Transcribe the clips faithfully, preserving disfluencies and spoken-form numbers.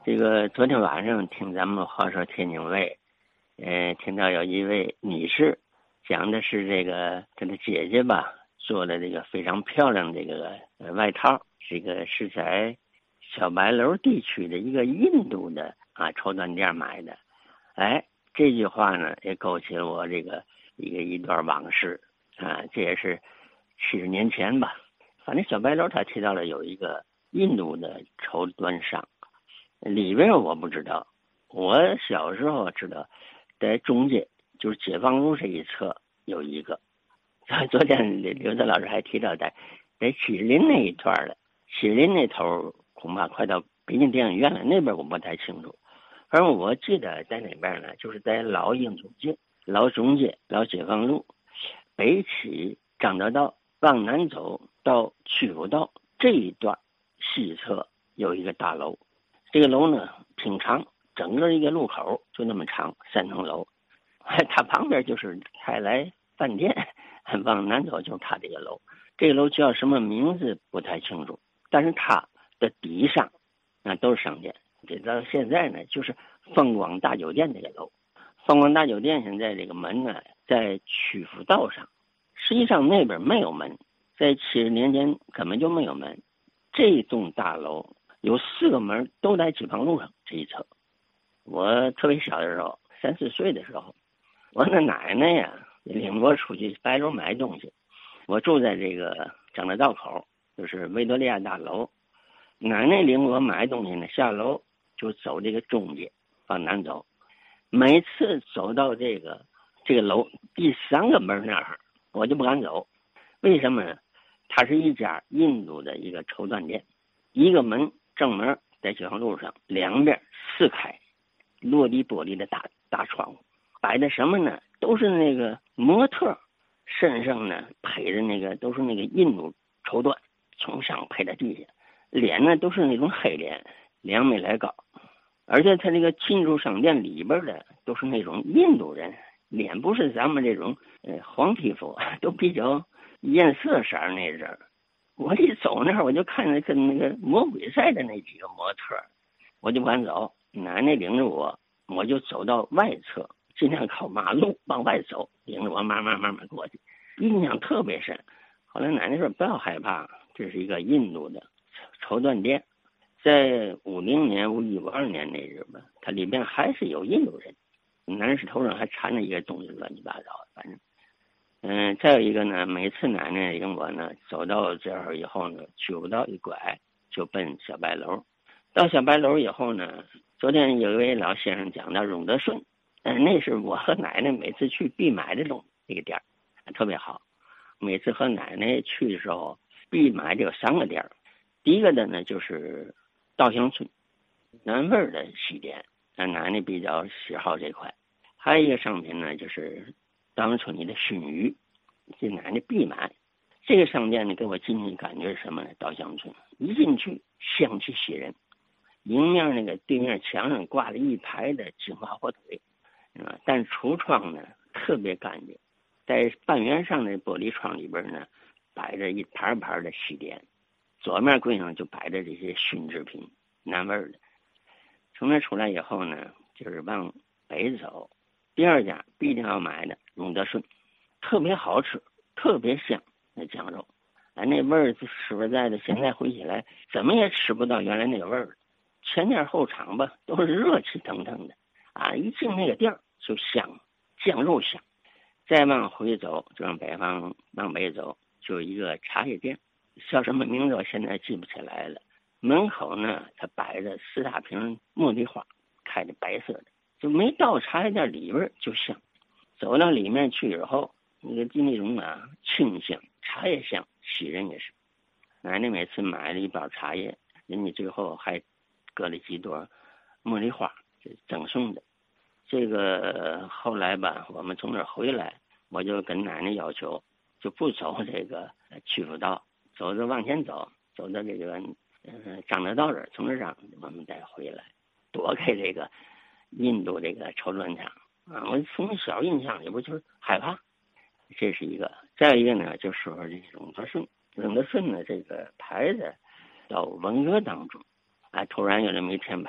这个昨天晚上听咱们话说天津卫，呃，听到有一位女士讲的是这个她的姐姐吧，做了这个非常漂亮的这个呃外套，这个是在小白楼地区的一个印度的啊绸缎店买的。哎，这句话呢也勾起了我这个一个一段往事啊，这也是七十年前吧。反正小白楼他提到了有一个印度的绸缎商。里边我不知道，我小时候知道，在中街就是解放路这一侧有一个。昨天刘泽老师还提到在在麒麟那一段的，麒麟那头恐怕快到北京电影院了，那边我不太清楚。反正我记得在那边呢，就是在老英中街、老中街、老解放路北起张德道往南走到曲阜道这一段西侧有一个大楼。这个楼呢挺长，整个一个路口就那么长，三层楼。它旁边就是泰来饭店，往南走就是它这个楼。这个楼叫什么名字不太清楚，但是它的底上那都是商店。这到现在呢，就是凤光大酒店这个楼。凤光大酒店现在这个门呢在曲阜道上，实际上那边没有门，在七十年前根本就没有门。这栋大楼有四个门都在解放路上这一侧。我特别小的时候，三四岁的时候，我的奶奶呀领我出去白楼买东西。我住在这个张德道口，就是维多利亚大楼。奶奶领我买东西呢，下楼就走这个中街往南走。每次走到这个这个楼第三个门那儿，我就不敢走。为什么呢？它是一家印度的一个绸缎店，一个门正门在解放路上，两边四开落地玻璃的大大窗户，摆的什么呢？都是那个模特，身上呢配的那个都是那个印度绸缎，从上配到地下，脸呢都是那种黑脸，两米来高。而且他那个进驻商店里边的都是那种印度人，脸不是咱们这种呃黄皮肤，都比较艳色色那人。我一走那儿，我就看着跟那个魔鬼赛的那几个模特，我就不敢走。奶奶领着我，我就走到外侧，尽量靠马路往外走，领着我慢慢慢慢过去，印象特别深。后来奶奶说不要害怕，这是一个印度的绸缎店。在五零年、五一、五二年那日吧，它里边还是有印度人，男士头上还缠着一个东西，乱七八糟的，反正。嗯，再有一个呢，每次奶奶领我呢走到这儿以后呢，去不到一拐就奔小白楼。到小白楼以后呢，昨天有一位老先生讲到荣德顺，嗯，那是我和奶奶每次去必买的东那个店儿，特别好。每次和奶奶去的时候，必买这个三个店儿。第一个的呢就是稻香村南味儿的西点，咱奶奶比较喜好这块。还有一个商品呢就是稻香村里的熏鱼，这奶奶必买。这个商店呢给我进去感觉是什么呢？稻香村一进去香气袭人，迎面那个对面墙上挂了一排的金华火腿，啊，但橱窗呢特别干净，在半圆上的玻璃窗里边呢摆着一盘盘的西点，左面柜上就摆着这些熏制品，南味的。从那出来以后呢，就是往北走，第二家必定要买的荣德顺，特别好吃，特别香，那酱肉，哎，那味儿实实在的，现在回起来怎么也吃不到原来那个味儿了。前店后厂吧，都是热气腾腾的啊！一进那个店就香，酱肉香。再往回走，就往北方往北走，就一个茶叶店，叫什么名字我现在记不起来了。门口呢，它摆着四大瓶茉莉花，开的白色的，就没到茶叶店里边就香。走到里面去以后，那个那种啊清香，茶叶香，袭人也是。奶奶每次买了一包茶叶，人家最后还搁了几朵茉莉花，这赠送的。这个后来吧，我们从那儿回来，我就跟奶奶要求，就不走这个曲阜道，走着往前走，走到这个呃张德道这儿，从这儿我们再回来，躲开这个印度这个绸缎厂啊。我从小印象里边就是害怕，这是一个。再一个呢，就说这荣德顺，荣德顺呢这个牌子到文革当中，啊，突然有这么一天吧，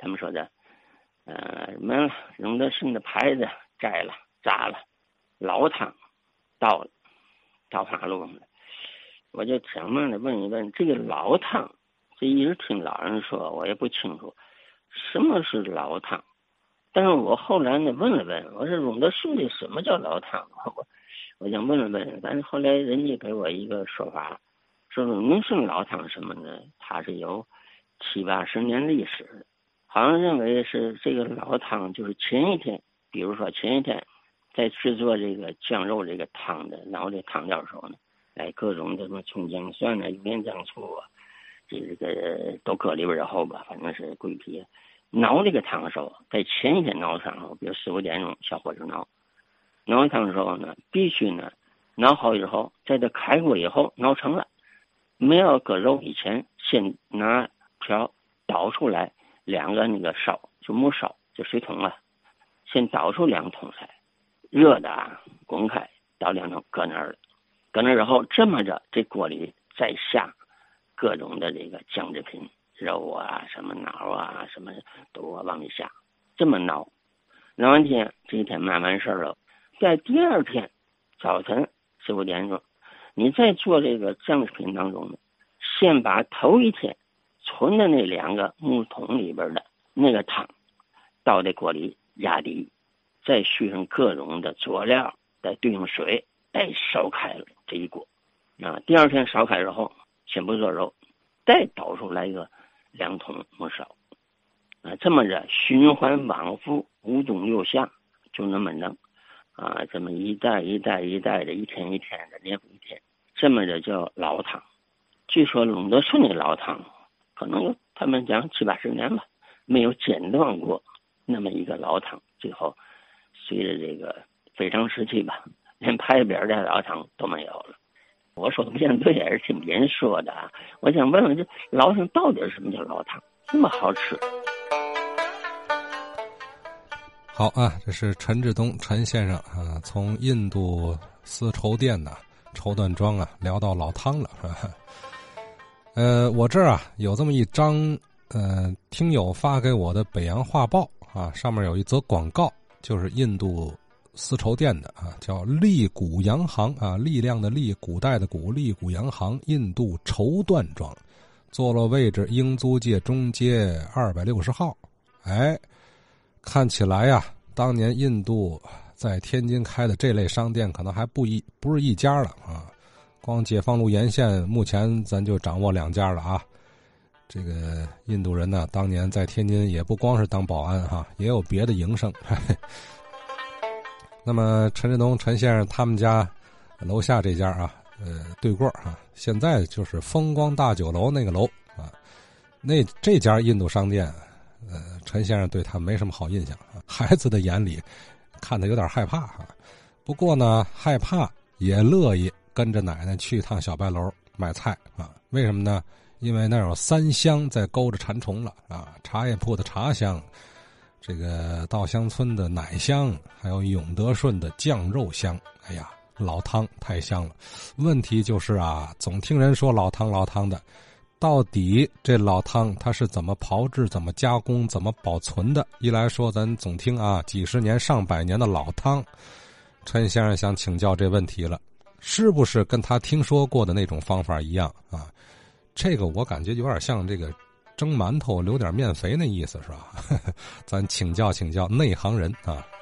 他们说的，呃，没了，荣德顺的牌子摘了，砸了，老汤倒了，倒马路上了。我就想慢的问一问，这个老汤，这一直听老人说，我也不清楚什么是老汤。但是我后来呢问了问，我说荣德顺的什么叫老汤？我我想问了问，但是后来人家给我一个说法，说荣德顺老汤什么呢？它是有七八十年历史的，好像认为是这个老汤就是前一天，比如说前一天在制作这个酱肉这个汤的熬这汤料的时候呢，哎，各种的什么葱姜蒜啊、油盐酱醋啊，这个都搁里边以后吧，反正是桂皮。熬这个汤的时候，在前一天熬汤的时候，比如四五点钟小火就熬，熬汤的时候呢，必须呢熬好以后，在这开锅以后熬成了，没有搁肉以前，先拿瓢倒出来两个那个烧，就木烧，就水桶啊，先倒出两桶来，热的啊，滚开，倒两桶搁那儿了，搁那儿以后，这么着这锅里再下各种的这个酱制品。肉啊，什么脑啊，什么都往里下，这么熬，熬完天，这一天办完事儿了，在第二天早晨四五点钟，你在做这个酱制品当中呢，先把头一天存的那两个木桶里边的那个汤倒在锅里压底，再续上各种的佐料，再兑上水，再烧开了这一锅啊。第二天烧开之后，先不做肉，再倒出来一个两桶木烧啊，这么着循环往复，五冬六夏，就那么弄啊，这么一代一代一代的，一天一天的，年复一天，这么着叫老汤。据说荣德顺的老汤，可能有他们讲七八十年吧，没有间断过那么一个老汤。最后随着这个非常时期吧，连牌匾的老汤都没有了。我说的不见对，也是听别人说的啊。我想问问，这老汤到底是什么叫老汤，这么好吃？ 好啊，这是陈志东陈先生啊，从印度丝绸店呐、绸缎庄啊聊到老汤了。呃，我这儿啊有这么一张呃听友发给我的北洋画报啊，上面有一则广告，就是印度丝绸店的啊，叫利谷洋行啊，力量的力，古代的古，利谷洋行，印度绸缎庄，坐落位置英租界中街二百六十号。哎，看起来呀、啊，当年印度在天津开的这类商店可能还不一不是一家了啊，光解放路沿线目前咱就掌握两家了啊。这个印度人呢，当年在天津也不光是当保安哈、啊，也有别的营生。呵呵。那么陈志东陈先生他们家楼下这家啊，呃，对过啊，现在就是风光大酒楼那个楼啊，那这家印度商店，呃，陈先生对他没什么好印象啊，孩子的眼里看他有点害怕哈、啊。不过呢，害怕也乐意跟着奶奶去一趟小白楼买菜啊。为什么呢？因为那有三香在勾着馋虫了啊，茶叶铺的茶香。这个稻香村的奶香，还有永德顺的酱肉香，哎呀，老汤太香了。问题就是啊，总听人说老汤老汤的，到底这老汤它是怎么炮制、怎么加工、怎么保存的？一来说咱总听啊，几十年、上百年的老汤，陈先生想请教这问题了，是不是跟他听说过的那种方法一样啊？这个我感觉有点像这个蒸馒头留点面肥那意思是吧？咱请教请教内行人啊。